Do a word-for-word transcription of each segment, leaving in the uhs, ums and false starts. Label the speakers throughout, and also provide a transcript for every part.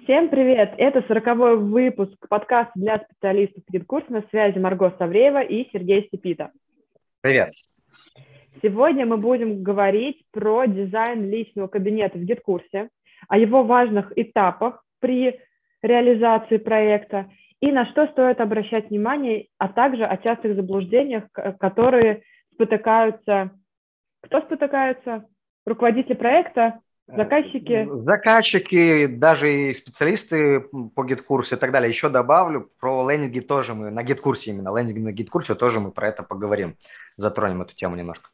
Speaker 1: Всем привет! Это сороковой выпуск подкаста для специалистов гид-курса. На связи Марго Савреева и Сергей Степита.
Speaker 2: Привет!
Speaker 1: Сегодня мы будем говорить про дизайн личного кабинета в гид-курсе, о его важных этапах при реализации проекта и на что стоит обращать внимание, а также о частых заблуждениях, которые спотыкаются. Кто спотыкается? Руководители проекта? Заказчики?
Speaker 2: Заказчики, даже и специалисты по гид-курсу и так далее. Еще добавлю, про лендинги тоже мы, на гид-курсе именно, лендинги на гид-курсе тоже мы про это поговорим, затронем эту тему немножко.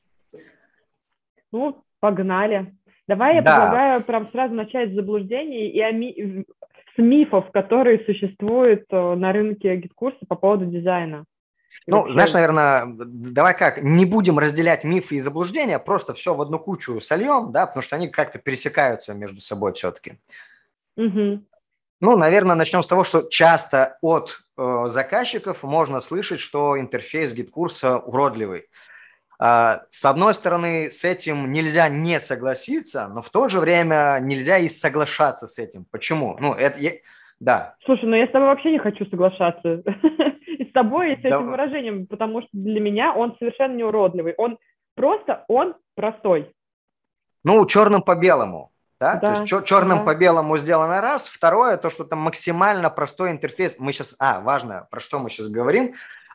Speaker 1: Ну, погнали. Давай я
Speaker 2: да.
Speaker 1: предлагаю прям сразу начать с заблуждений и ми... с мифов, которые существуют на рынке гид-курса по поводу дизайна.
Speaker 2: Ну, вообще... знаешь, наверное, давай как, не будем разделять мифы и заблуждения, просто все в одну кучу сольем, да, потому что они как-то пересекаются между собой все-таки.
Speaker 1: Угу.
Speaker 2: Ну, наверное, начнем с того, что часто от э, заказчиков можно слышать, что интерфейс гид-курса уродливый. Э, с одной стороны, с этим нельзя не согласиться, но в то же время нельзя и соглашаться с этим. Почему? Ну, это... Да.
Speaker 1: Слушай, ну я с тобой вообще не хочу соглашаться. И с тобой, и с этим выражением, потому что для меня он совершенно не уродливый. Он просто, он простой.
Speaker 2: Ну, черным по белому. Да?
Speaker 1: Да,
Speaker 2: то есть черным
Speaker 1: да.
Speaker 2: по белому сделано раз. Второе, то, что там максимально простой интерфейс. Мы сейчас, а, важно, про что мы сейчас говорим.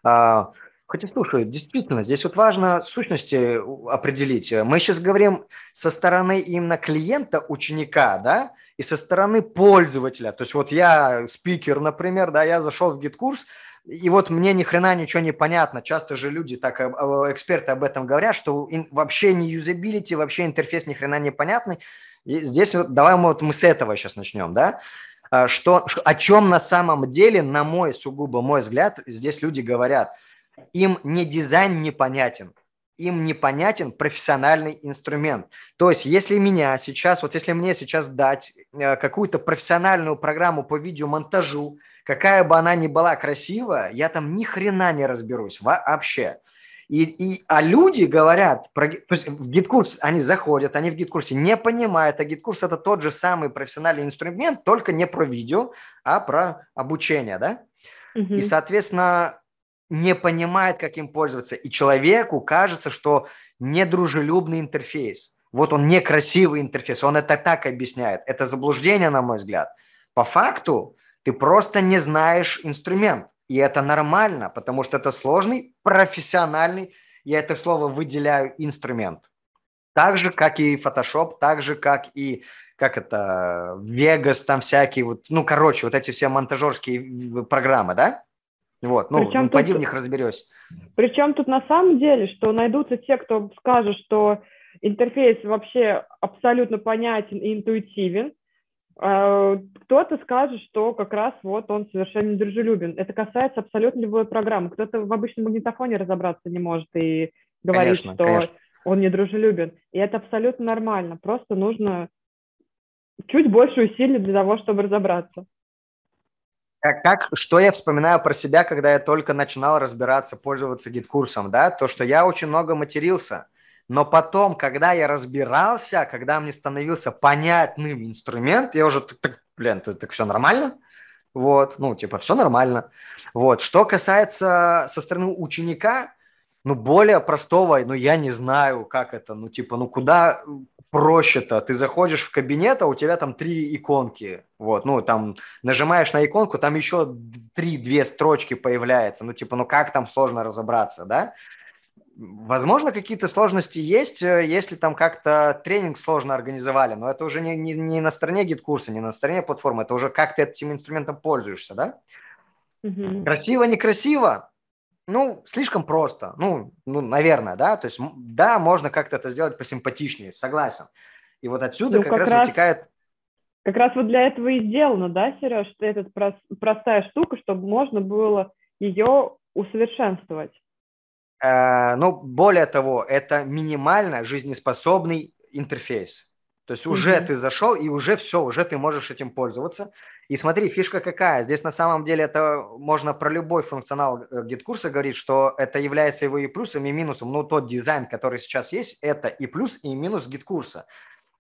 Speaker 2: А, хотя, слушай, действительно, здесь вот важно сущности определить. Мы сейчас говорим со стороны именно клиента, ученика, да, и со стороны пользователя. То есть вот я спикер, например, да, я зашел в гид-курс, и вот мне ни хрена ничего не понятно. Часто же люди, так эксперты об этом говорят, что вообще не юзабилити, вообще интерфейс ни хрена не понятный. И здесь вот, давай мы, вот мы с этого сейчас начнем, да? Что, о чем на самом деле, на мой сугубо мой взгляд, здесь люди говорят. Им не дизайн непонятен, им непонятен профессиональный инструмент. То есть если меня сейчас, вот если мне сейчас дать какую-то профессиональную программу по видеомонтажу, какая бы она ни была красивая, я там ни хрена не разберусь вообще. И, и, а люди говорят, про, то есть в гид-курс они заходят, они в гид-курсе не понимают, а гид-курс это тот же самый профессиональный инструмент, только не про видео, а про обучение, да? Угу. И, соответственно, не понимает, как им пользоваться. И человеку кажется, что недружелюбный интерфейс. Вот он некрасивый интерфейс, он это так объясняет. Это заблуждение, на мой взгляд. По факту ты просто не знаешь инструмент. И это нормально, потому что это сложный, профессиональный, я это слово выделяю, инструмент. Так же, как и Photoshop, так же, как и, как это, Vegas, там всякие, вот, ну, короче, вот эти все монтажерские программы, да? Вот, ну, ну пойди тут, в них разберусь.
Speaker 1: Причем тут на самом деле, что найдутся те, кто скажет, что интерфейс вообще абсолютно понятен и интуитивен. Кто-то скажет, что как раз вот он совершенно недружелюбен. Это касается абсолютно любой программы. Кто-то в обычном магнитофоне разобраться не может и говорит,
Speaker 2: конечно,
Speaker 1: что
Speaker 2: конечно.
Speaker 1: он недружелюбен. И это абсолютно нормально. Просто нужно чуть больше усилий для того, чтобы разобраться.
Speaker 2: Как, как, что я вспоминаю про себя, когда я только начинал разбираться, пользоваться гид-курсом, да, то, что я очень много матерился. Но потом, когда я разбирался, когда мне становился понятным инструмент, я уже, так, блин, так, так все нормально? Вот, ну, типа, все нормально. Вот, что касается со стороны ученика, ну, более простого, ну, я не знаю, как это, ну, типа, ну, куда проще-то? Ты заходишь в кабинет, а у тебя там три иконки, вот, ну, там нажимаешь на иконку, там еще три-две строчки появляется, ну, типа, ну, как там сложно разобраться, да? Возможно, какие-то сложности есть, если там как-то тренинг сложно организовали, но это уже не, не, не на стороне гид-курса, не на стороне платформы, это уже как ты этим инструментом пользуешься, да?
Speaker 1: Угу.
Speaker 2: Красиво, некрасиво? Ну, слишком просто, ну, ну, наверное, да, то есть, да, можно как-то это сделать посимпатичнее, согласен. И вот отсюда
Speaker 1: ну,
Speaker 2: как,
Speaker 1: как
Speaker 2: раз,
Speaker 1: раз
Speaker 2: вытекает...
Speaker 1: Как раз вот для этого и сделано, да, Сереж, что это прост, простая штука, чтобы можно было ее усовершенствовать.
Speaker 2: Ну, более того, это минимально жизнеспособный интерфейс. То есть уже mm-hmm. ты зашел, и уже все, уже ты можешь этим пользоваться. И смотри, фишка какая. Здесь на самом деле это можно про любой функционал гид-курса говорить, что это является его и плюсом, и минусом. Ну, тот дизайн, который сейчас есть, это и плюс, и минус гид-курса.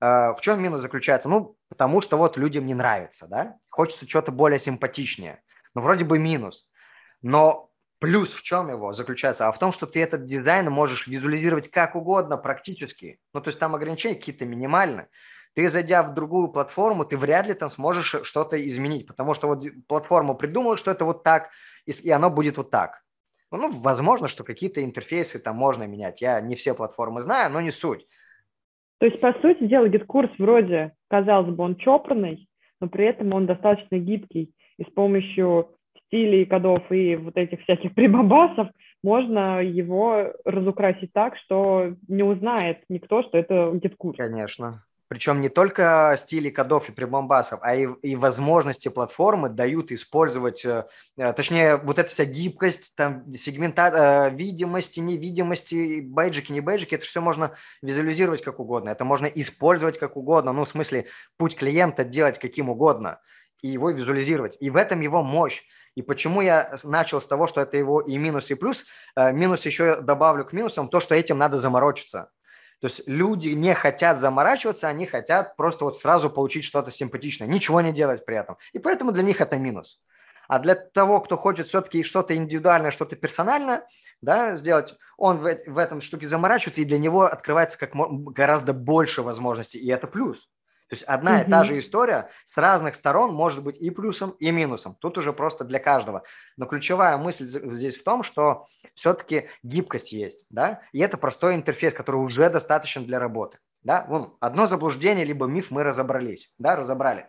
Speaker 2: В чем минус заключается? Ну, потому что вот людям не нравится, да? Хочется что-то более симпатичнее. Ну, вроде бы минус. Но плюс в чем его заключается? А в том, что ты этот дизайн можешь визуализировать как угодно практически. Ну, то есть там ограничения какие-то минимальны. Ты, зайдя в другую платформу, ты вряд ли там сможешь что-то изменить, потому что вот платформа придумала, что это вот так, и оно будет вот так. Ну, возможно, что какие-то интерфейсы там можно менять. Я не все платформы знаю, но не суть.
Speaker 1: То есть, по сути дела, гид-курс вроде, казалось бы, он чопорный, но при этом он достаточно гибкий. И с помощью стилей, кодов и вот этих всяких прибамбасов можно его разукрасить так, что не узнает никто, что это гид-курс.
Speaker 2: Конечно. Причем не только стили кодов и прибамбасов, а и, и возможности платформы дают использовать, э, точнее, вот эта вся гибкость, там, сегмента, э, видимости, невидимости, бейджики, не бейджики, это все можно визуализировать как угодно, это можно использовать как угодно, ну, в смысле, путь клиента делать каким угодно и его визуализировать. И в этом его мощь. И почему я начал с того, что это его и минус, и плюс, э, минус еще добавлю к минусам, то, что этим надо заморочиться. То есть люди не хотят заморачиваться, они хотят просто вот сразу получить что-то симпатичное, ничего не делать при этом. И поэтому для них это минус. А для того, кто хочет все-таки что-то индивидуальное, что-то персональное, да, сделать, он в, в этом штуке заморачивается, и для него открывается как гораздо больше возможностей, и это плюс. То есть одна и та же история с разных сторон может быть и плюсом, и минусом. Тут уже просто для каждого. Но ключевая мысль здесь в том, что все-таки гибкость есть, да, и это простой интерфейс, который уже достаточен для работы. Да, вон, одно заблуждение либо миф мы разобрались, да, разобрали.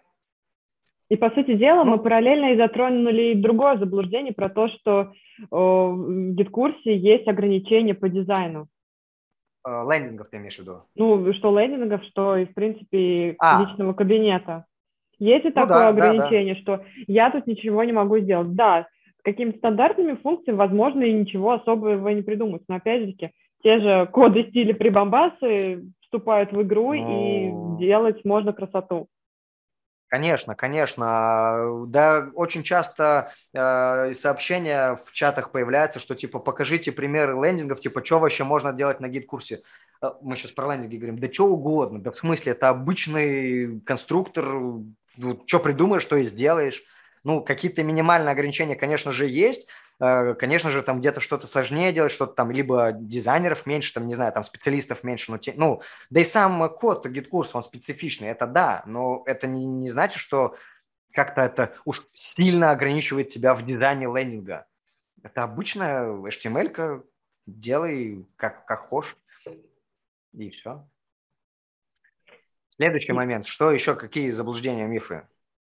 Speaker 1: И, по сути дела,
Speaker 2: ну,
Speaker 1: мы параллельно и затронули и другое заблуждение про то, что о, в гид-курсе есть ограничения по дизайну.
Speaker 2: Лендингов ты имеешь в виду?
Speaker 1: Ну, что лендингов, что и, в принципе,
Speaker 2: а.
Speaker 1: личного кабинета. Есть ли
Speaker 2: ну,
Speaker 1: такое
Speaker 2: да,
Speaker 1: ограничение,
Speaker 2: да, да.
Speaker 1: что я тут ничего не могу сделать? Да, с какими-то стандартными функциями, возможно, и ничего особого не придумать. Но, опять-таки, те же коды стиля прибамбасы вступают в игру,
Speaker 2: ну...
Speaker 1: и делать можно красоту.
Speaker 2: Конечно, конечно. Да, очень часто э, сообщения в чатах появляются, что типа покажите примеры лендингов, типа что вообще можно делать на гид-курсе. Мы сейчас про лендинги говорим, да что угодно, да в смысле это обычный конструктор, ну, что придумаешь, что и сделаешь. Ну, какие-то минимальные ограничения, конечно же, есть. Конечно же, там где-то что-то сложнее делать, что-то там, либо дизайнеров меньше, там, не знаю, там специалистов меньше, ну, те, ну да и сам код гид-курса, он специфичный, это да, но это не, не значит, что как-то это уж сильно ограничивает тебя в дизайне лендинга. Это обычная эйч ти эм эль-ка, делай как, как хочешь, и все. Следующий момент, что еще, какие заблуждения, мифы?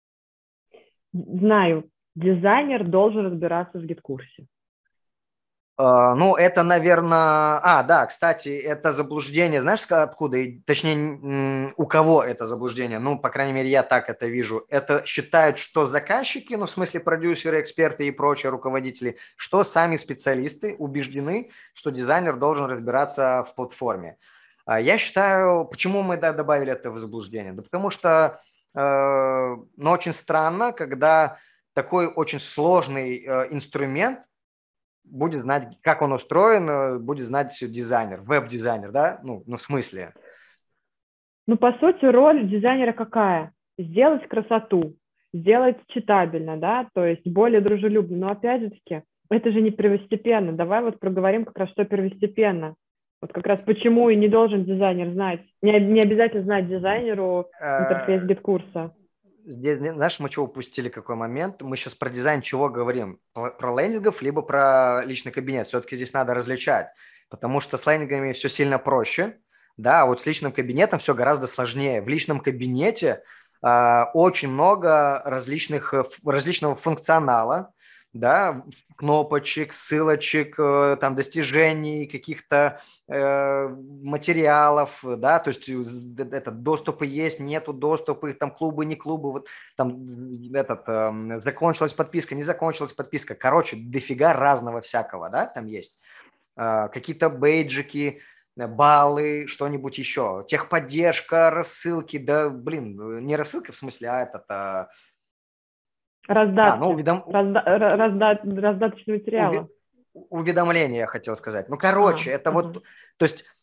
Speaker 1: Знаю, дизайнер должен разбираться в гид-курсе.
Speaker 2: Ну, это, наверное... А, да, кстати, это заблуждение, знаешь, откуда? Точнее, у кого это заблуждение? Ну, по крайней мере, я так это вижу. Это считают, что заказчики, ну, в смысле продюсеры, эксперты и прочие руководители, что сами специалисты убеждены, что дизайнер должен разбираться в платформе. Я считаю, почему мы да, добавили это в заблуждение? Да потому что, э, ну, очень странно, когда такой очень сложный э, инструмент будет знать, как он устроен, будет знать дизайнер, веб-дизайнер, да? Ну, ну, в смысле.
Speaker 1: Ну, по сути, роль дизайнера какая? Сделать красоту, сделать читабельно, да, то есть более дружелюбно. Но, опять же таки, это же не первостепенно. Давай вот проговорим как раз, что первостепенно. Вот как раз почему и не должен дизайнер знать, не, не обязательно знать дизайнеру интерфейс гид-курса.
Speaker 2: Здесь, знаешь, мы что упустили, какой момент? Мы сейчас про дизайн чего говорим? Про лендингов, либо про личный кабинет. Все-таки здесь надо различать, потому что с лендингами все сильно проще, да, а вот с личным кабинетом все гораздо сложнее. В личном кабинете э, очень много различных, различного функционала, да, кнопочек, ссылочек, э, там, достижений, каких-то э, материалов, да, то есть это, доступы есть, нету доступа, там клубы, не клубы, вот там этот, э, закончилась подписка, не закончилась подписка, короче, дофига разного всякого, да, там есть. Э, какие-то бейджики, баллы, что-нибудь еще, техподдержка, рассылки, да, блин, не рассылка в смысле, а этот... Э,
Speaker 1: Раздатки,
Speaker 2: а, ну, уведом...
Speaker 1: Разда... Разда... раздаточные материалы.
Speaker 2: Уви... Уведомления, я хотел сказать. Ну, короче, а, это uh-huh. вот, то есть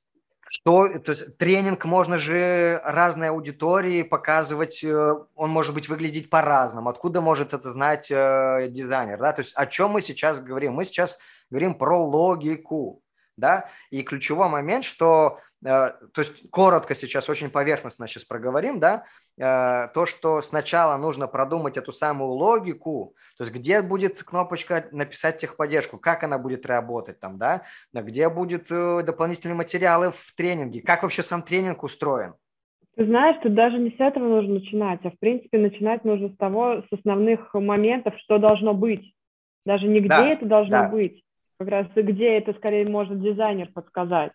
Speaker 2: Что, то есть тренинг можно же разной аудитории показывать, э, он может быть выглядеть по-разному. Откуда может это знать э, дизайнер, да? То есть о чем мы сейчас говорим? Мы сейчас говорим про логику, да? И ключевой момент, что, э, то есть коротко сейчас, очень поверхностно сейчас проговорим, да? Э, то, что сначала нужно продумать эту самую логику, то есть где будет кнопочка «Написать техподдержку», как она будет работать там, да? Где будут э, дополнительные материалы в тренинге, как вообще сам тренинг устроен.
Speaker 1: Ты знаешь, тут даже не с этого нужно начинать, а в принципе начинать нужно с того, с основных моментов, что должно быть. Даже не где
Speaker 2: Да,
Speaker 1: это должно
Speaker 2: да.
Speaker 1: быть, как раз и где это скорее может дизайнер подсказать.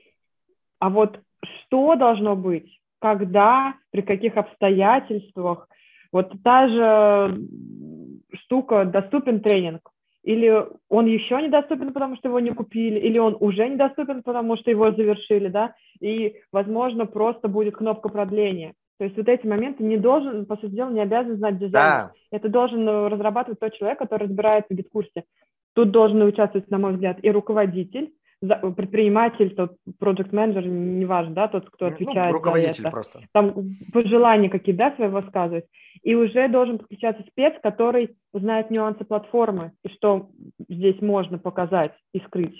Speaker 1: А вот что должно быть, когда, при каких обстоятельствах. Вот та же штука, доступен тренинг, или он еще недоступен, потому что его не купили, или он уже недоступен, потому что его завершили, да, и, возможно, просто будет кнопка продления. То есть вот эти моменты не должен, по сути дела, не обязан знать дизайнер.
Speaker 2: Да.
Speaker 1: Это должен разрабатывать тот человек, который разбирается в гид-курсе. Тут должен участвовать, на мой взгляд, и руководитель, предприниматель, тот project менеджер, неважно, да, тот, кто отвечает
Speaker 2: ну, руководитель
Speaker 1: за это.
Speaker 2: Просто.
Speaker 1: Там пожелания какие, да, свои высказывать. И уже должен подключаться спец, который знает нюансы платформы и что здесь можно показать и скрыть.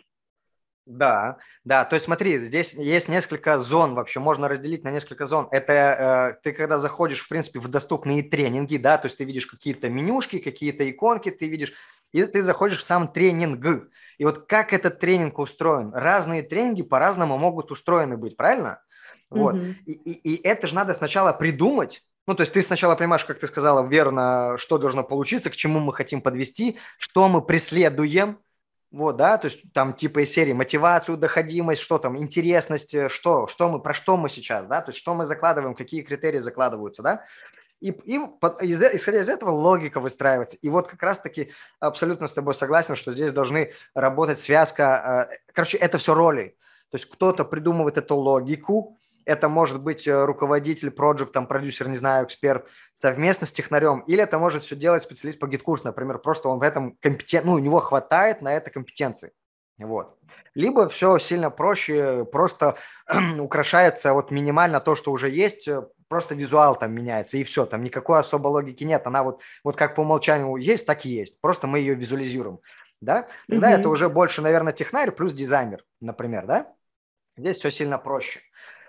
Speaker 2: Да, да, то есть смотри, здесь есть несколько зон вообще, можно разделить на несколько зон. Это э, ты когда заходишь, в принципе, в доступные тренинги, да, то есть ты видишь какие-то менюшки, какие-то иконки, ты видишь, и ты заходишь в сам тренинг. И вот как этот тренинг устроен? Разные тренинги по-разному могут устроены быть, правильно? Вот.
Speaker 1: Угу.
Speaker 2: И, и, и это же надо сначала придумать. Ну, то есть ты сначала понимаешь, как ты сказала, верно, что должно получиться, к чему мы хотим подвести, что мы преследуем. Вот, да, то есть там типа из серии мотивацию, доходимость, что там, интересность, что, что мы, про что мы сейчас, да, то есть что мы закладываем, какие критерии закладываются, да, и, и из, исходя из этого логика выстраивается. И вот как раз-таки абсолютно с тобой согласен, что здесь должны работать связка, короче, это все роли, то есть кто-то придумывает эту логику, это может быть руководитель, проект, там, продюсер, не знаю, эксперт, совместно с технарем, или это может все делать специалист по гид-курсу, например, просто он в этом компетент, ну, у него хватает на это компетенции. Вот. Либо все сильно проще, просто украшается вот минимально то, что уже есть, просто визуал там меняется, и все, там никакой особой логики нет, она вот, вот как по умолчанию есть, так и есть, просто мы ее визуализируем, да, тогда
Speaker 1: Угу.
Speaker 2: это уже больше, наверное, технарь плюс дизайнер, например, да, здесь все сильно проще.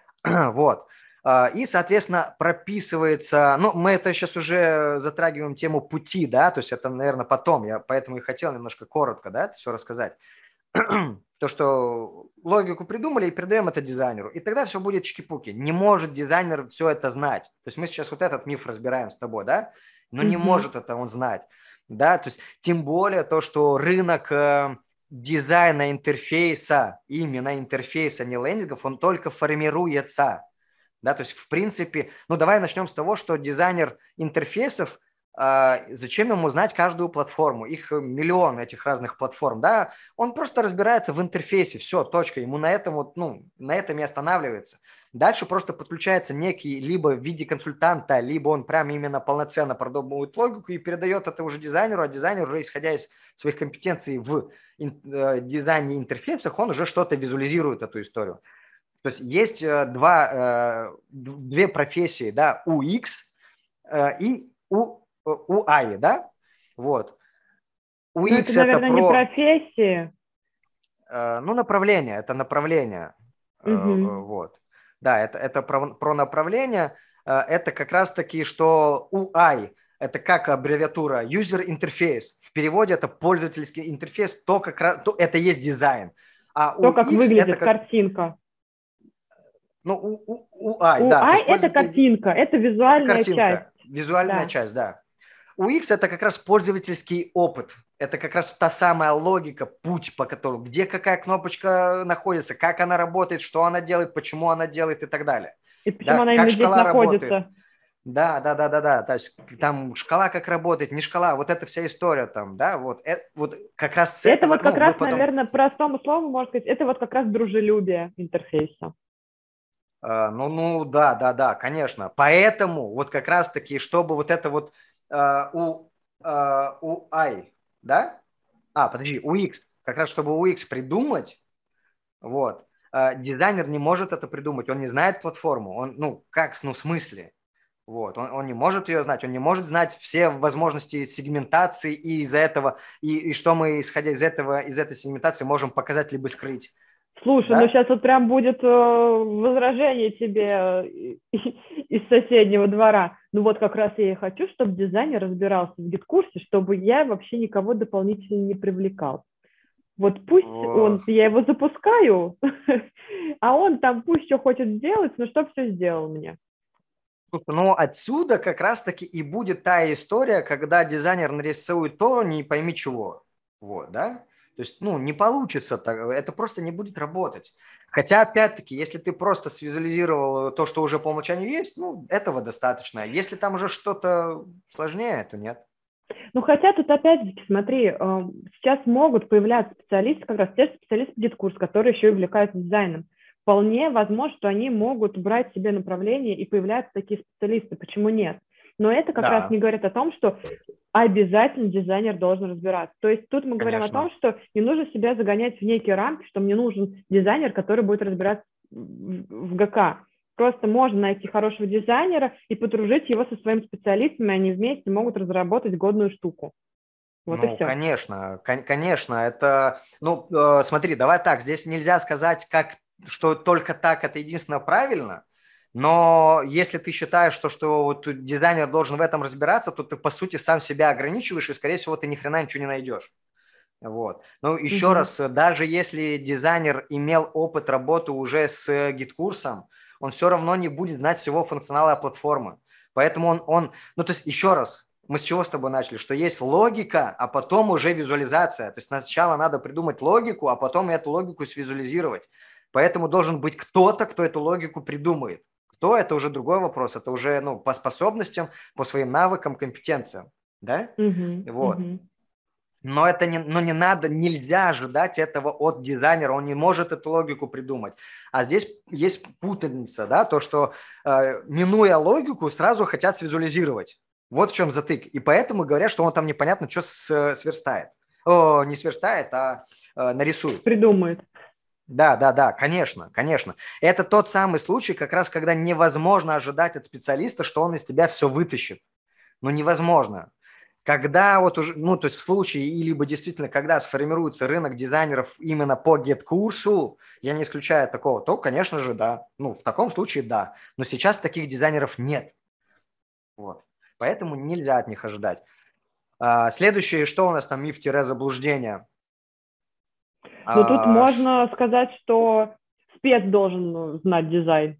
Speaker 2: Вот. И, соответственно, прописывается, ну, мы это сейчас уже затрагиваем тему пути, да, то есть это, наверное, потом, я поэтому и хотел немножко коротко, да, это все рассказать. То, что логику придумали и передаем это дизайнеру, и тогда все будет чики-пуки. Не может дизайнер все это знать. То есть мы сейчас вот этот миф разбираем с тобой, да, но не
Speaker 1: Угу.
Speaker 2: может это он знать, да, то есть тем более то, что рынок дизайна интерфейса, именно интерфейса, не лендингов, он только формируется. Да, то есть, в принципе, ну давай начнем с того, что дизайнер интерфейсов, э, зачем ему знать каждую платформу? Их миллион этих разных платформ, да, он просто разбирается в интерфейсе, все, точка, ему на этом вот, ну, на этом и останавливается. Дальше просто подключается некий либо в виде консультанта, либо он прям именно полноценно продумывает логику и передает это уже дизайнеру, а дизайнер уже, исходя из своих компетенций в дизайне интерфейсах, он уже что-то визуализирует эту историю. То есть есть два, две профессии, да, ю экс и ю ай, да, вот.
Speaker 1: ю экс это, наверное, это про... не профессии.
Speaker 2: Ну, направление, это направление,
Speaker 1: угу.
Speaker 2: вот. Да, это, это про, про направление, это как раз-таки, что ю ай – это как аббревиатура User Interface, в переводе это пользовательский интерфейс, то, как раз, то это есть дизайн. А
Speaker 1: то, как
Speaker 2: ю экс
Speaker 1: выглядит
Speaker 2: это как...
Speaker 1: картинка.
Speaker 2: Ну, ю ай,
Speaker 1: ю ай
Speaker 2: да.
Speaker 1: – это картинка, это визуальная
Speaker 2: это
Speaker 1: часть.
Speaker 2: Визуальная
Speaker 1: да.
Speaker 2: часть, да. ю экс это как раз пользовательский опыт. Это как раз та самая логика, путь, по которому, где какая кнопочка находится, как она работает, что она делает, почему она делает и так далее.
Speaker 1: И почему
Speaker 2: да,
Speaker 1: она
Speaker 2: как
Speaker 1: именно здесь находится.
Speaker 2: Работает. Да, да, да, да, да. То есть там шкала как работает, не шкала, вот эта вся история там, да, вот, это, вот как раз с
Speaker 1: это
Speaker 2: этого,
Speaker 1: вот как
Speaker 2: ну,
Speaker 1: раз,
Speaker 2: потом...
Speaker 1: наверное, простому слову можно сказать, это вот как раз дружелюбие интерфейса.
Speaker 2: Uh, ну, ну, да, да, да, конечно. Поэтому вот как раз-таки, чтобы вот это вот uh, у, uh, ю ай, да? А, подожди, ю экс. Как раз, чтобы ю экс придумать, вот, э, дизайнер не может это придумать, он не знает платформу, он, ну, как, ну, в смысле? Вот, он, он не может ее знать, он не может знать все возможности сегментации и из-за этого, и, и что мы, исходя из этого, из этой сегментации, можем показать либо скрыть.
Speaker 1: Слушай,
Speaker 2: Да?
Speaker 1: ну сейчас вот прям будет э, возражение тебе из соседнего двора. Ну вот как раз я и хочу, чтобы дизайнер разбирался в гид-курсе, чтобы я вообще никого дополнительно не привлекал. Вот пусть он, я его запускаю, а он там пусть что хочет сделать, но чтоб все сделал мне.
Speaker 2: Ну, отсюда как раз-таки и будет та история, когда дизайнер нарисует то, не пойми чего. Вот, да? То есть, ну, не получится, так, это просто не будет работать. Хотя, опять-таки, если ты просто свизуализировал то, что уже по умолчанию есть, ну, этого достаточно. Если там уже что-то сложнее, то нет.
Speaker 1: Ну, хотя тут опять-таки, смотри, сейчас могут появляться специалисты, как раз те специалисты гид-курс, которые еще и увлекаются дизайном. Вполне возможно, что они могут брать себе направление и появляются такие специалисты. Почему нет? Но это как
Speaker 2: Да.
Speaker 1: раз не говорит о том, что обязательно дизайнер должен разбираться. То есть тут мы
Speaker 2: Конечно.
Speaker 1: говорим о том, что не нужно себя загонять в некие рамки, что мне нужен дизайнер, который будет разбираться в ГК. Просто можно найти хорошего дизайнера и подружить его со своим специалистом, и они вместе могут разработать годную штуку. Вот
Speaker 2: ну,
Speaker 1: и все.
Speaker 2: конечно, кон- конечно, это, ну, э, смотри, давай так, здесь нельзя сказать, как, что только так это единственно правильно, но если ты считаешь, что, что вот дизайнер должен в этом разбираться, то ты, по сути, сам себя ограничиваешь, и, скорее всего, ты ни хрена ничего не найдешь. Вот. Ну, еще
Speaker 1: Мгм.
Speaker 2: раз, даже если дизайнер имел опыт работы уже с гид-курсом, он все равно не будет знать всего функционала платформы. Поэтому он, он, ну, то есть, еще раз, мы с чего с тобой начали? Что есть логика, а потом уже визуализация. То есть, сначала надо придумать логику, а потом эту логику свизуализировать. Поэтому должен быть кто-то, кто эту логику придумает. Кто – это уже другой вопрос. Это уже, ну, по способностям, по своим навыкам, компетенциям. Да?
Speaker 1: Мгм.
Speaker 2: Вот.
Speaker 1: Мгм.
Speaker 2: Но это не, но не надо, нельзя ожидать этого от дизайнера, он не может эту логику придумать. А здесь есть путаница, да, то, что э, минуя логику, сразу хотят свизуализировать. Вот в чем затык. И поэтому говорят, что он там непонятно что с, сверстает. О, не сверстает, а э, нарисует.
Speaker 1: Придумает.
Speaker 2: Да, да, да, конечно, конечно. Это тот самый случай, как раз когда невозможно ожидать от специалиста, что он из тебя все вытащит. Ну, невозможно. Когда вот уже, ну, то есть в случае, и либо действительно, когда сформируется рынок дизайнеров именно по гет-курсу, я не исключаю такого, то, конечно же, да. Ну, в таком случае, да. Но сейчас таких дизайнеров нет. Вот. Поэтому нельзя от них ожидать. А, следующее, что у нас там миф-заблуждение?
Speaker 1: Но тут
Speaker 2: А,
Speaker 1: можно сказать, что спец должен знать дизайн.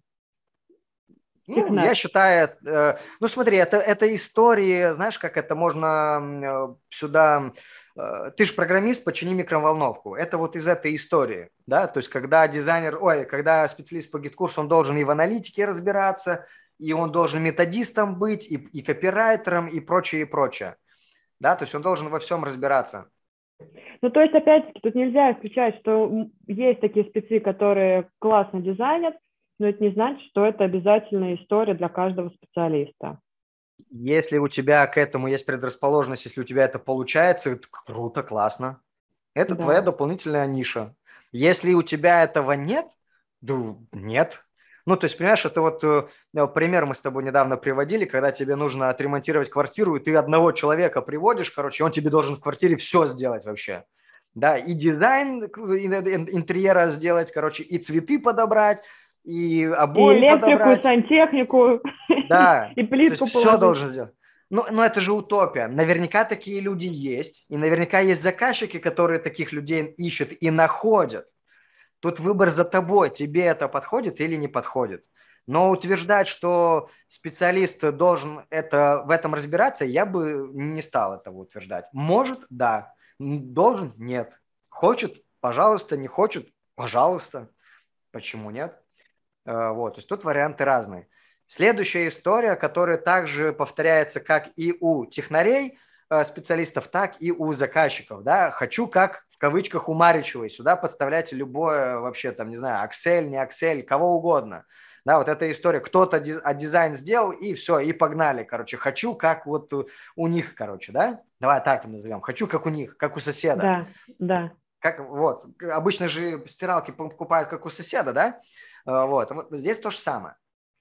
Speaker 2: Ну,
Speaker 1: Технарь.
Speaker 2: я считаю, э, ну смотри, это, это истории, знаешь, как это можно э, сюда, э, ты же программист, почини микроволновку. Это вот из этой истории, да, то есть когда дизайнер, ой, когда специалист по гид-курсу, он должен и в аналитике разбираться, и он должен методистом быть, и, и копирайтером, и прочее, и прочее, да, то есть он должен во всем разбираться.
Speaker 1: Ну, то есть, опять-таки, тут нельзя исключать, что есть такие спецы, которые классно дизайнят, но это не значит, что это обязательная история для каждого специалиста.
Speaker 2: Если у тебя к этому есть предрасположенность, если у тебя это получается, это круто, классно. Это
Speaker 1: Да.
Speaker 2: твоя дополнительная ниша. Если у тебя этого нет, да нет. Ну, то есть, понимаешь, это вот э, пример мы с тобой недавно приводили, когда тебе нужно отремонтировать квартиру, и ты одного человека приводишь, короче, он тебе должен в квартире все сделать вообще. Да, и дизайн интерьера сделать, короче, и цветы подобрать, и обои
Speaker 1: И электрику,
Speaker 2: подобрать.
Speaker 1: и сантехнику,
Speaker 2: Да,
Speaker 1: и
Speaker 2: то
Speaker 1: плитку
Speaker 2: есть все
Speaker 1: положить.
Speaker 2: должен сделать. Но, но это же утопия. Наверняка такие люди есть, и наверняка есть заказчики, которые таких людей ищут и находят. Тут выбор за тобой, тебе это подходит или не подходит. Но утверждать, что специалист должен это, в этом разбираться, я бы не стал этого утверждать. Может, да. Должен? Нет. Хочет? Пожалуйста. Не хочет? Пожалуйста. Почему нет? Вот, то есть тут варианты разные. Следующая история, которая также повторяется как и у технарей, специалистов, так и у заказчиков. Да? Хочу, как в кавычках у Маричевой, сюда подставлять любое вообще, там, не знаю, Excel, не Excel, кого угодно. Да, вот эта история, кто-то дизайн сделал, и все, и погнали, короче, хочу, как вот у них, короче, да? Давай так назовем, хочу, как у них, как у соседа.
Speaker 1: Да, да.
Speaker 2: как, вот, обычно же стиралки покупают, как у соседа, да? Вот, вот здесь то же самое.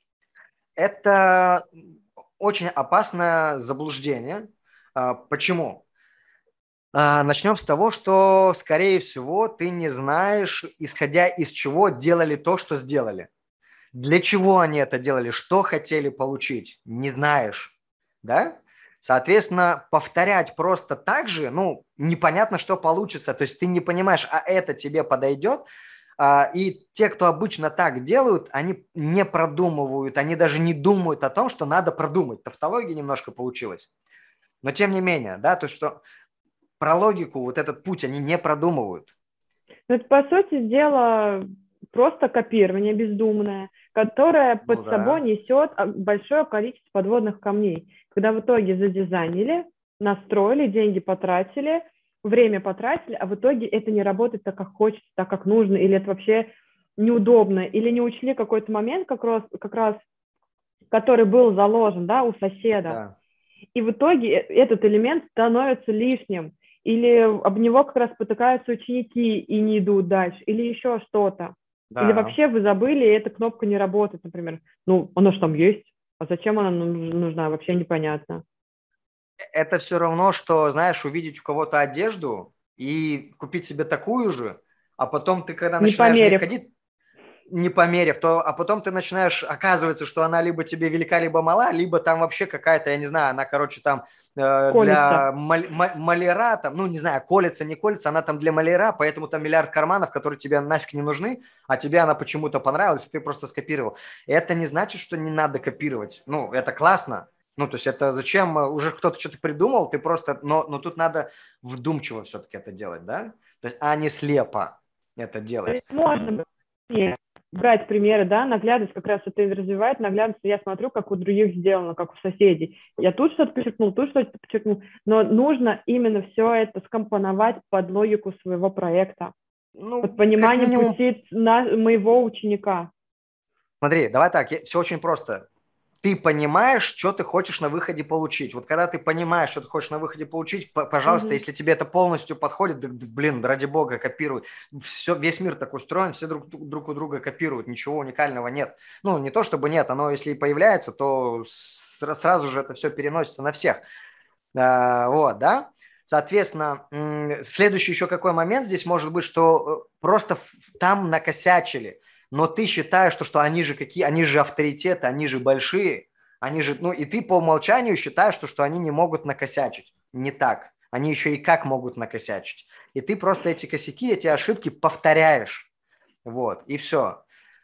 Speaker 2: Это очень опасное заблуждение. Почему? Начнем с того, что, скорее всего, ты не знаешь, исходя из чего делали то, что сделали. Для чего они это делали, что хотели получить, не знаешь, да? Соответственно, повторять просто так же, ну, непонятно, что получится. То есть ты не понимаешь, а это тебе подойдет. И те, кто обычно так делают, они не продумывают, они даже не думают о том, что надо продумать. Тавтология немножко получилась. Но тем не менее, да, то есть что про логику вот этот путь они не продумывают.
Speaker 1: Это, по сути дела, просто копирование бездумное, которое
Speaker 2: Ну,
Speaker 1: под
Speaker 2: да.
Speaker 1: собой несет большое количество подводных камней. Когда в итоге задизайнили, настроили, деньги потратили, время потратили, а в итоге это не работает так, как хочется, так, как нужно, или это вообще неудобно, или не учли какой-то момент, как раз, как раз который был заложен, да, у соседа.
Speaker 2: Да.
Speaker 1: И в итоге этот элемент становится лишним. Или об него как раз потыкаются ученики и не идут дальше, или еще что-то. Да. Или вообще вы забыли, и эта кнопка не работает, например. Ну, она же там есть, а зачем она нужна, вообще непонятно.
Speaker 2: Это все равно, что, знаешь, увидеть у кого-то одежду и купить себе такую же, а потом ты, когда начинаешь в ней ходить, не померив, то, а потом ты начинаешь, оказывается, что она либо тебе велика, либо мала, либо там вообще какая-то, я не знаю, она, короче, там э, для маль, маляра, там, ну, не знаю, колется, не колется, она там для маляра, поэтому там миллиард карманов, которые тебе нафиг не нужны, а тебе она почему-то понравилась, и ты просто скопировал. Это не значит, что не надо копировать. Ну, это классно. Ну, то есть это зачем, уже кто-то что-то придумал, ты просто, но, но тут надо вдумчиво все-таки это делать, да? То есть, а не слепо это делать.
Speaker 1: Можно брать примеры, да, наглядность как раз это развивает, наглядность я смотрю, как у других сделано, как у соседей. Я тут что-то подчеркнул, тут что-то подчеркнул, но нужно именно все это скомпоновать под логику своего проекта, ну, под понимание минимум... пути на, моего ученика.
Speaker 2: Смотри, давай так, все очень просто. Ты понимаешь, что ты хочешь на выходе получить. Вот когда ты понимаешь, что ты хочешь на выходе получить, пожалуйста, mm-hmm. если тебе это полностью подходит, да, блин, ради бога, копируй. Все, весь мир так устроен, все друг, друг у друга копируют, ничего уникального нет. Ну, не то чтобы нет, оно если и появляется, то сразу же это все переносится на всех. А, вот, да? Соответственно, следующий еще какой момент здесь может быть, что просто там накосячили. Но ты считаешь, что, что они же какие, они же авторитеты, они же большие, они же, ну и ты по умолчанию считаешь, что, что они не могут накосячить. Не так. Они еще и как могут накосячить. И ты просто эти косяки, эти ошибки повторяешь. Вот, и все.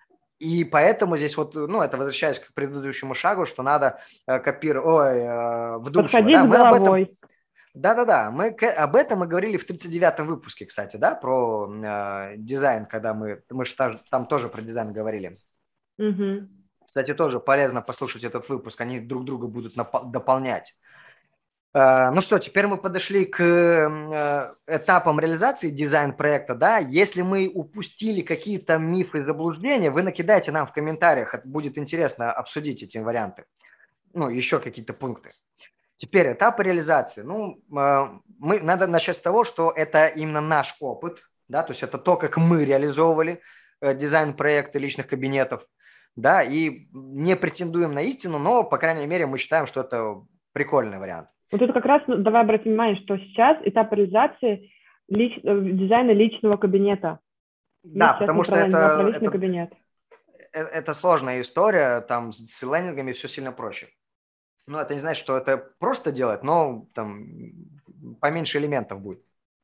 Speaker 2: И поэтому здесь вот, ну, это возвращаясь к предыдущему шагу, что надо э, копировать, ой, э, вдумчиво.
Speaker 1: Подходить
Speaker 2: да,
Speaker 1: мы головой.
Speaker 2: Об этом... Да-да-да, мы об этом мы говорили в тридцать девятом выпуске, кстати, да, про э, дизайн, когда мы, мы же там тоже про дизайн говорили.
Speaker 1: Угу.
Speaker 2: Кстати, тоже полезно послушать этот выпуск, они друг друга будут напо- дополнять. Э, ну что, теперь мы подошли к э, этапам реализации дизайн-проекта, да, если мы упустили какие-то мифы и заблуждения, вы накидайте нам в комментариях, это будет интересно обсудить эти варианты, ну, еще какие-то пункты. Теперь этапы реализации. Ну, мы, надо начать с того, что это именно наш опыт, да, то есть это то, как мы реализовывали дизайн-проекты личных кабинетов, да, и не претендуем на истину, но, по крайней мере, мы считаем, что это прикольный вариант.
Speaker 1: Вот тут как раз ну, давай обратим внимание, что сейчас этап реализации лич, дизайна личного кабинета.
Speaker 2: Да, потому что это,
Speaker 1: личный
Speaker 2: это,
Speaker 1: кабинет.
Speaker 2: это, это сложная история, там с лендингами все сильно проще. Ну, это не значит, что это просто делать, но там поменьше элементов будет.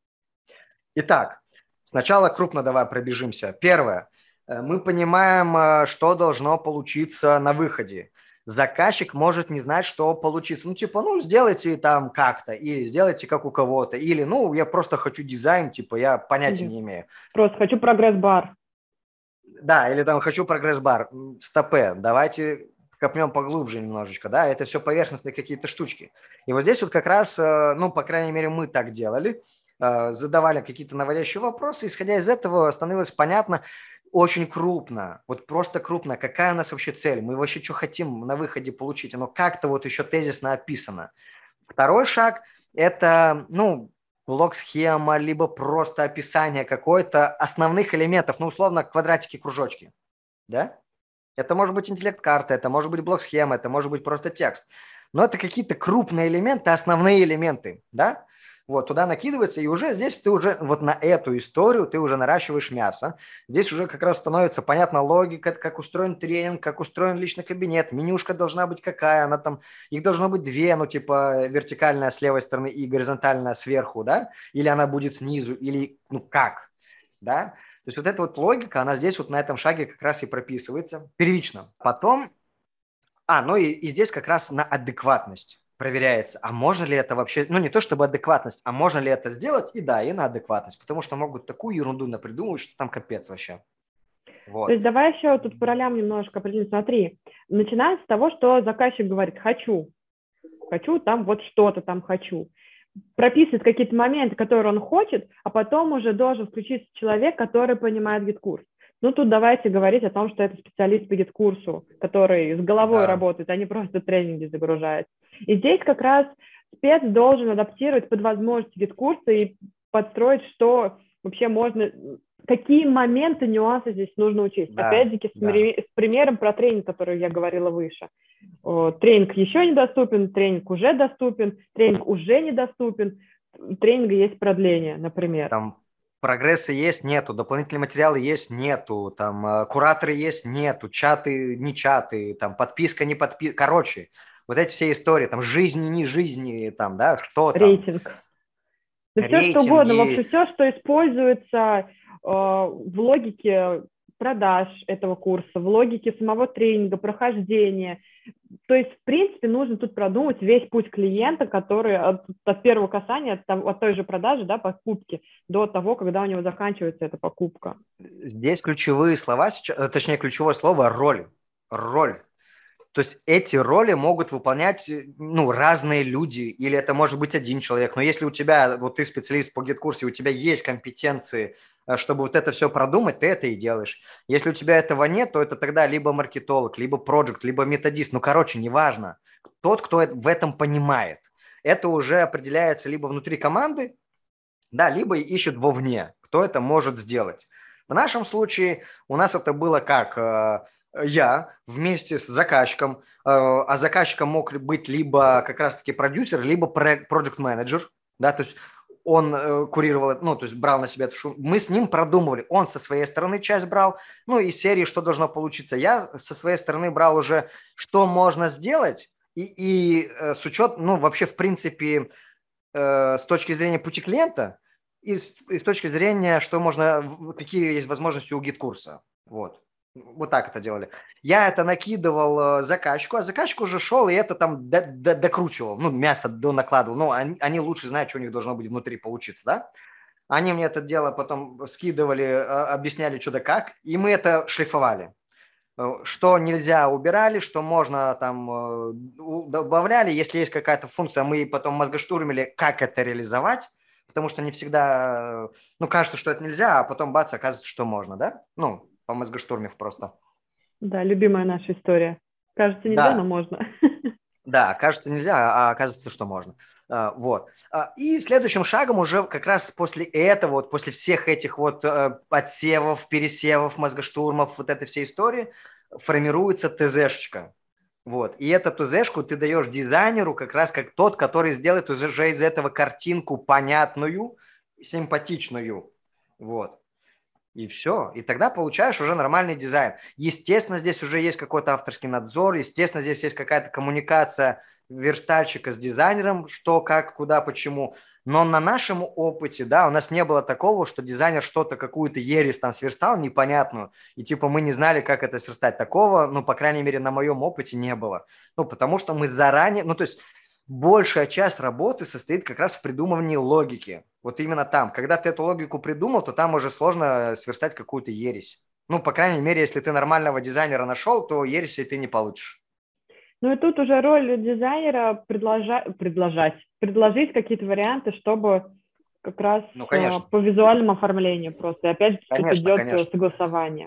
Speaker 2: Итак, сначала крупно давай пробежимся. Первое. Мы понимаем, что должно получиться на выходе. Заказчик может не знать, что получится. Ну, типа, ну, сделайте там как-то, или сделайте как у кого-то, или, ну, я просто хочу дизайн, типа, я понятия
Speaker 1: Нет.
Speaker 2: не имею.
Speaker 1: Просто хочу прогресс-бар.
Speaker 2: Да, или там хочу прогресс-бар. Стопе, давайте копнем поглубже немножечко, да, это все поверхностные какие-то штучки. И вот здесь вот как раз, ну, по крайней мере, мы так делали, задавали какие-то наводящие вопросы, исходя из этого становилось понятно очень крупно, вот просто крупно, какая у нас вообще цель, мы вообще что хотим на выходе получить, оно как-то вот еще тезисно описано. Второй шаг – это, ну, блок-схема, либо просто описание какой-то основных элементов, ну, условно, квадратики, кружочки, да? Это может быть интеллект-карта, это может быть блок-схема, это может быть просто текст. Но это какие-то крупные элементы, основные элементы, да? Вот, туда накидывается, и уже здесь ты уже вот на эту историю ты уже наращиваешь мясо. Здесь уже как раз становится понятна логика, как устроен тренинг, как устроен личный кабинет, менюшка должна быть какая, она там, их должно быть две, ну, типа вертикальная с левой стороны и горизонтальная сверху, да? Или она будет снизу, или, ну, как, да? То есть вот эта вот логика, она здесь вот на этом шаге как раз и прописывается первично. Потом, а, ну и, и здесь как раз на адекватность проверяется, а можно ли это вообще, ну не то чтобы адекватность, а можно ли это сделать, и да, и на адекватность, потому что могут такую ерунду напридумывать, что там капец вообще. Вот.
Speaker 1: То есть давай еще тут по ролям немножко определим. Смотри, начиная с того, что заказчик говорит «хочу», «хочу», там вот что-то там «хочу». Прописывает какие-то моменты, которые он хочет, а потом уже должен включиться человек, который понимает гид-курс. Ну, тут давайте говорить о том, что это специалист по гид-курсу, который с головой да. работает, а не просто тренинги загружает. И здесь как раз спец должен адаптировать под возможности гид-курса и подстроить, что вообще можно, какие моменты, нюансы здесь нужно учесть. Да. Опять-таки с, да. с примером про тренинг, который я говорила выше. Тренинг еще недоступен, тренинг уже доступен, тренинг уже недоступен, тренинга есть продление, например.
Speaker 2: Там прогресса есть, нету, дополнительные материалы есть, нету, там кураторы есть, нету, чаты, не чаты, там подписка, не подписка, короче, вот эти все истории, там жизни, не жизни, там, да, что там.
Speaker 1: Рейтинг. Да все что угодно, вообще все, что используется э, в логике продаж этого курса, в логике самого тренинга, прохождения. То есть, в принципе, нужно тут продумать весь путь клиента, который от, от первого касания, от, от той же продажи, да, покупки, до того, когда у него заканчивается эта покупка.
Speaker 2: Здесь ключевые слова, точнее, ключевое слово – роль. Роль. То есть эти роли могут выполнять, ну, разные люди, или это может быть один человек. Но если у тебя, вот ты специалист по гид-курсу, у тебя есть компетенции, чтобы вот это все продумать, ты это и делаешь. Если у тебя этого нет, то это тогда либо маркетолог, либо проект, либо методист. Ну, короче, неважно. Тот, кто в этом понимает. Это уже определяется либо внутри команды, да, либо ищет вовне, кто это может сделать. В нашем случае у нас это было как... Я вместе с заказчиком, а заказчиком мог быть либо как раз-таки продюсер, либо проект-менеджер, да, то есть он курировал, ну, то есть брал на себя эту шум. Мы с ним продумывали, он со своей стороны часть брал, ну, из серии, что должно получиться. Я со своей стороны брал уже, что можно сделать, и, и с учетом, ну, вообще, в принципе, с точки зрения пути клиента, и с, и с точки зрения, что можно, какие есть возможности у гид-курса, вот. Вот так это делали. Я это накидывал заказчику, а заказчик уже шел и это там до, до, докручивал, ну, мясо до накладывал. Ну, они, они лучше знают, что у них должно быть внутри получиться, да? Они мне это дело потом скидывали, объясняли, что да как, и мы это шлифовали. Что нельзя убирали, что можно там добавляли. Если есть какая-то функция, мы потом мозгоштурмили, как это реализовать, потому что не всегда, ну, кажется, что это нельзя, а потом бац, оказывается, что можно, да? Ну, по мозгоштурмив просто.
Speaker 1: Да, любимая наша история. Кажется, нельзя, да. но можно.
Speaker 2: Да, кажется, нельзя, а оказывается, что можно. Вот. И следующим шагом уже как раз после этого, вот после всех этих вот подсевов, пересевов, мозгоштурмов, вот этой всей истории, формируется ТЗшечка. Вот. И эту ТЗшку ты даешь дизайнеру как раз как тот, который сделает уже из этого картинку понятную, симпатичную. Вот. И все. И тогда получаешь уже нормальный дизайн. Естественно, здесь уже есть какой-то авторский надзор, естественно, здесь есть какая-то коммуникация верстальщика с дизайнером, что, как, куда, почему. Но на нашем опыте, да, у нас не было такого, что дизайнер что-то, какую-то ересь там сверстал непонятную, и типа мы не знали, как это сверстать. Такого, ну, по крайней мере, на моем опыте не было. Ну, потому что мы заранее, ну, то есть большая часть работы состоит как раз в придумывании логики. Вот именно там. Когда ты эту логику придумал, то там уже сложно сверстать какую-то ересь. Ну, по крайней мере, если ты нормального дизайнера нашел, то ереси ты не получишь.
Speaker 1: Ну и тут уже роль дизайнера предложа... предложать, предложить какие-то варианты, чтобы как раз ну, по визуальному оформлению просто. И опять же, тут идет конечно. согласование.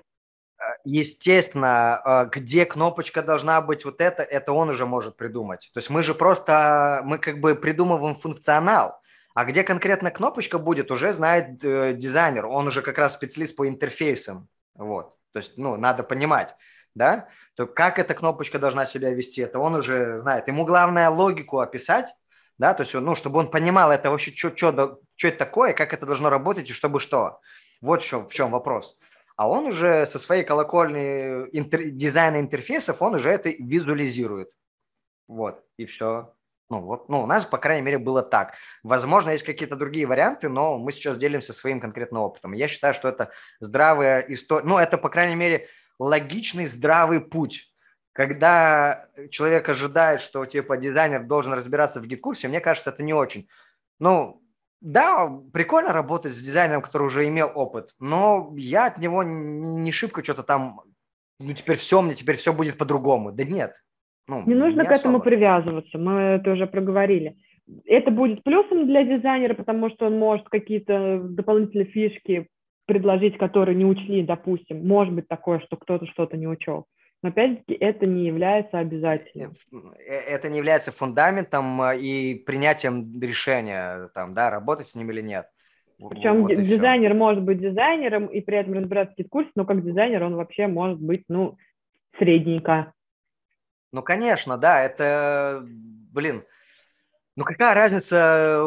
Speaker 2: Естественно, где кнопочка должна быть вот это, это он уже может придумать. То есть мы же просто, мы как бы придумываем функционал, А где конкретно кнопочка будет, уже знает э, дизайнер. Он уже как раз специалист по интерфейсам. Вот. То есть, ну, надо понимать, да, то как эта кнопочка должна себя вести, это он уже знает. Ему главное логику описать, да, то есть, ну, чтобы он понимал это вообще, что это такое, как это должно работать и чтобы что. Вот в чем, в чем вопрос. А он уже со своей колокольни интер, дизайна интерфейсов, он уже это визуализирует. Вот, и все. Ну, вот, ну, у нас, по крайней мере, было так. Возможно, есть какие-то другие варианты, но мы сейчас делимся своим конкретным опытом. Я считаю, что это здравая история. Ну, это, по крайней мере, логичный, здравый путь. Когда человек ожидает, что, типа, дизайнер должен разбираться в гид-курсе, мне кажется, это не очень. Ну, да, прикольно работать с дизайнером, который уже имел опыт, но я от него не шибко что-то там, ну, теперь все, мне теперь все будет по-другому. Да нет. Ну,
Speaker 1: Не нужно
Speaker 2: не
Speaker 1: к этому
Speaker 2: особо.
Speaker 1: привязываться, мы это уже проговорили. Это будет плюсом для дизайнера, потому что он может какие-то дополнительные фишки предложить, которые не учли, допустим. Может быть такое, что кто-то что-то не учел. Но опять-таки это не является обязательным.
Speaker 2: Это не является фундаментом и принятием решения, там, да, работать с ним или нет.
Speaker 1: Причем
Speaker 2: Вот и
Speaker 1: дизайнер
Speaker 2: все.
Speaker 1: может быть дизайнером и при этом разбираться в гид-курсе, но как дизайнер он вообще может быть, ну, средненько.
Speaker 2: Ну, конечно, да, это, блин, ну какая разница,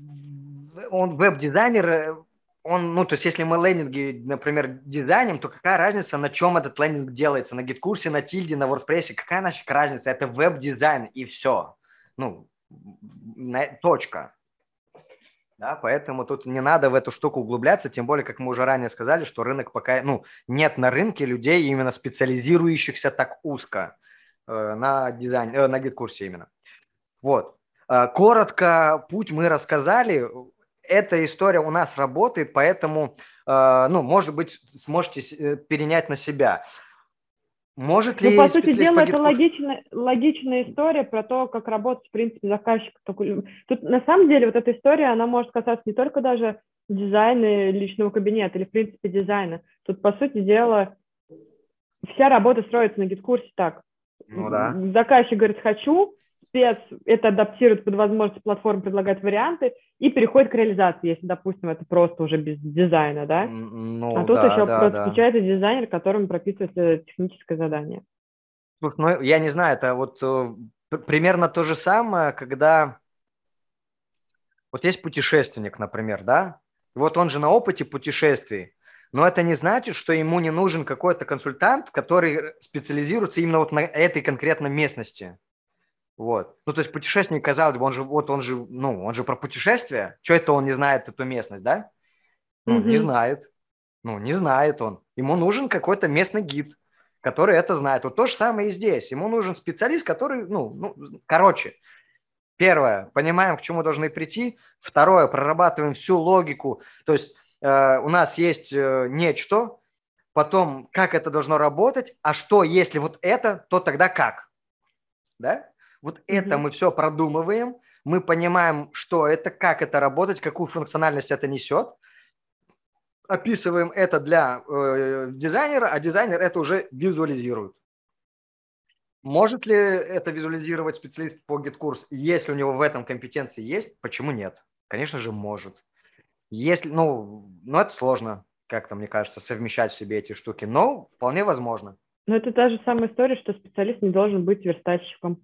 Speaker 2: он веб-дизайнер, он, ну, то есть если мы лендинги, например, дизайним, то какая разница, на чем этот лендинг делается, на гид-курсе, на тильде, на вордпрессе, какая нафиг разница, это веб-дизайн и все, ну, на, точка. Да, поэтому тут не надо в эту штуку углубляться, тем более, как мы уже ранее сказали, что рынок пока, ну, нет на рынке людей, именно специализирующихся так узко э, на дизайн, э, на гид-курсе именно. Вот. Э, коротко путь мы рассказали. Эта история у нас работает, поэтому, э, ну, может быть, сможете перенять на себя. Может
Speaker 1: Ну, по
Speaker 2: ли
Speaker 1: сути
Speaker 2: специалист
Speaker 1: дела,
Speaker 2: по
Speaker 1: это
Speaker 2: гид-курсу?
Speaker 1: логичная, логичная история про то, как работать, в принципе, заказчик. Тут, на самом деле, вот эта история, она может касаться не только даже дизайна личного кабинета или, в принципе, дизайна. Тут, по сути дела, вся работа строится на гид-курсе так.
Speaker 2: Ну да.
Speaker 1: Заказчик говорит «хочу», спец это адаптирует под возможности платформы, предлагает варианты и переходит к реализации, если, допустим, это просто уже без дизайна, да? А
Speaker 2: Ну
Speaker 1: тут
Speaker 2: да,
Speaker 1: еще
Speaker 2: да,
Speaker 1: просто
Speaker 2: да.
Speaker 1: включается дизайнер, которому прописывается техническое задание.
Speaker 2: Слушай, ну я не знаю, это вот э, примерно то же самое, когда вот есть путешественник, например, да, и вот он же на опыте путешествий, но это не значит, что ему не нужен какой-то консультант, который специализируется именно вот на этой конкретной местности. Вот. Ну, то есть путешественник, казалось бы, он же, вот он же, ну, он же про путешествия. Что это он не знает эту местность, да? Ну, не
Speaker 1: Угу.
Speaker 2: знает. Ну, не знает он. Ему нужен какой-то местный гид, который это знает. Вот то же самое и здесь. Ему нужен специалист, который, ну, ну короче, первое, понимаем, к чему должны прийти. Второе, прорабатываем всю логику. То есть э, у нас есть э, нечто, потом как это должно работать, а что, если вот это, то тогда как? Да? Вот это
Speaker 1: Угу.
Speaker 2: мы все продумываем, мы понимаем, что это, как это работать, какую функциональность это несет, описываем это для э, дизайнера, а дизайнер это уже визуализирует. Может ли это визуализировать специалист по гид-курс? Если у него в этом компетенции есть, почему нет? Конечно же, может. Если, ну, ну, это сложно, как-то, мне кажется, совмещать в себе эти штуки, но вполне возможно.
Speaker 1: Но это та же самая история, что специалист не должен быть верстальщиком.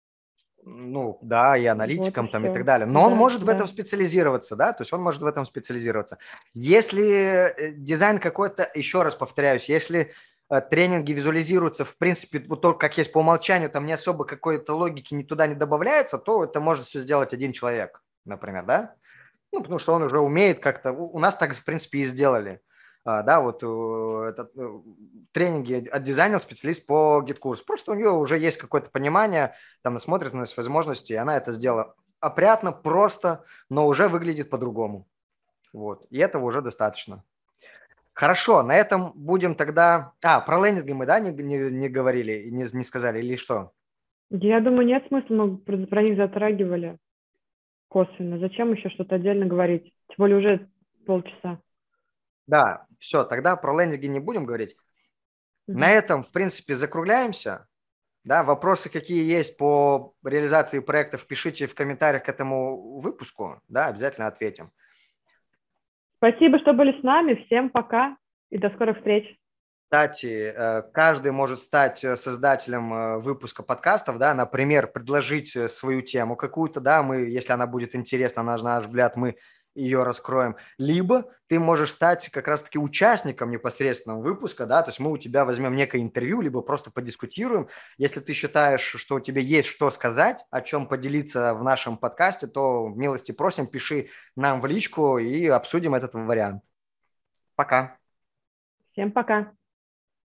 Speaker 2: Ну, да, и
Speaker 1: Вот и
Speaker 2: аналитиком там и так
Speaker 1: все.
Speaker 2: далее. Но он
Speaker 1: Да,
Speaker 2: может в этом
Speaker 1: да.
Speaker 2: специализироваться, да, то есть он может в этом специализироваться. Если э, дизайн какой-то, еще раз повторяюсь, если э, тренинги визуализируются, в принципе, вот то, как есть по умолчанию, там не особо какой-то логики ни туда не добавляется, то это может все сделать один человек, например, да? Ну, потому что он уже умеет как-то... У нас так, в принципе, и сделали. А, да, вот э, этот, э, тренинги от дизайнера специалист по гид-курс. Просто у нее уже есть какое-то понимание, там насмотренность возможностей, и она это сделала опрятно, просто, но уже выглядит по-другому. Вот. И этого уже достаточно. Хорошо, на этом будем тогда... А, про лендинги мы, да, не, не, не говорили, не, не сказали, или что?
Speaker 1: Я думаю, нет смысла, мы про, про них затрагивали косвенно. Зачем еще что-то отдельно говорить? Тем более уже полчаса.
Speaker 2: Да, все, тогда про лендинги не будем говорить. На
Speaker 1: Угу.
Speaker 2: этом, в принципе, закругляемся. Да, вопросы, какие есть по реализации проектов, пишите в комментариях к этому выпуску, да, обязательно ответим.
Speaker 1: Спасибо, что были с нами. Всем пока и до скорых встреч.
Speaker 2: Кстати, каждый может стать создателем выпуска подкастов, да, например, предложить свою тему какую-то, да, мы, если она будет интересна, на наш взгляд, мы ее раскроем. Либо ты можешь стать как раз-таки участником непосредственного выпуска, да, то есть мы у тебя возьмем некое интервью, либо просто подискутируем. Если ты считаешь, что у тебя есть что сказать, о чем поделиться в нашем подкасте, то милости просим, пиши нам в личку и обсудим этот вариант. Пока.
Speaker 1: Всем пока.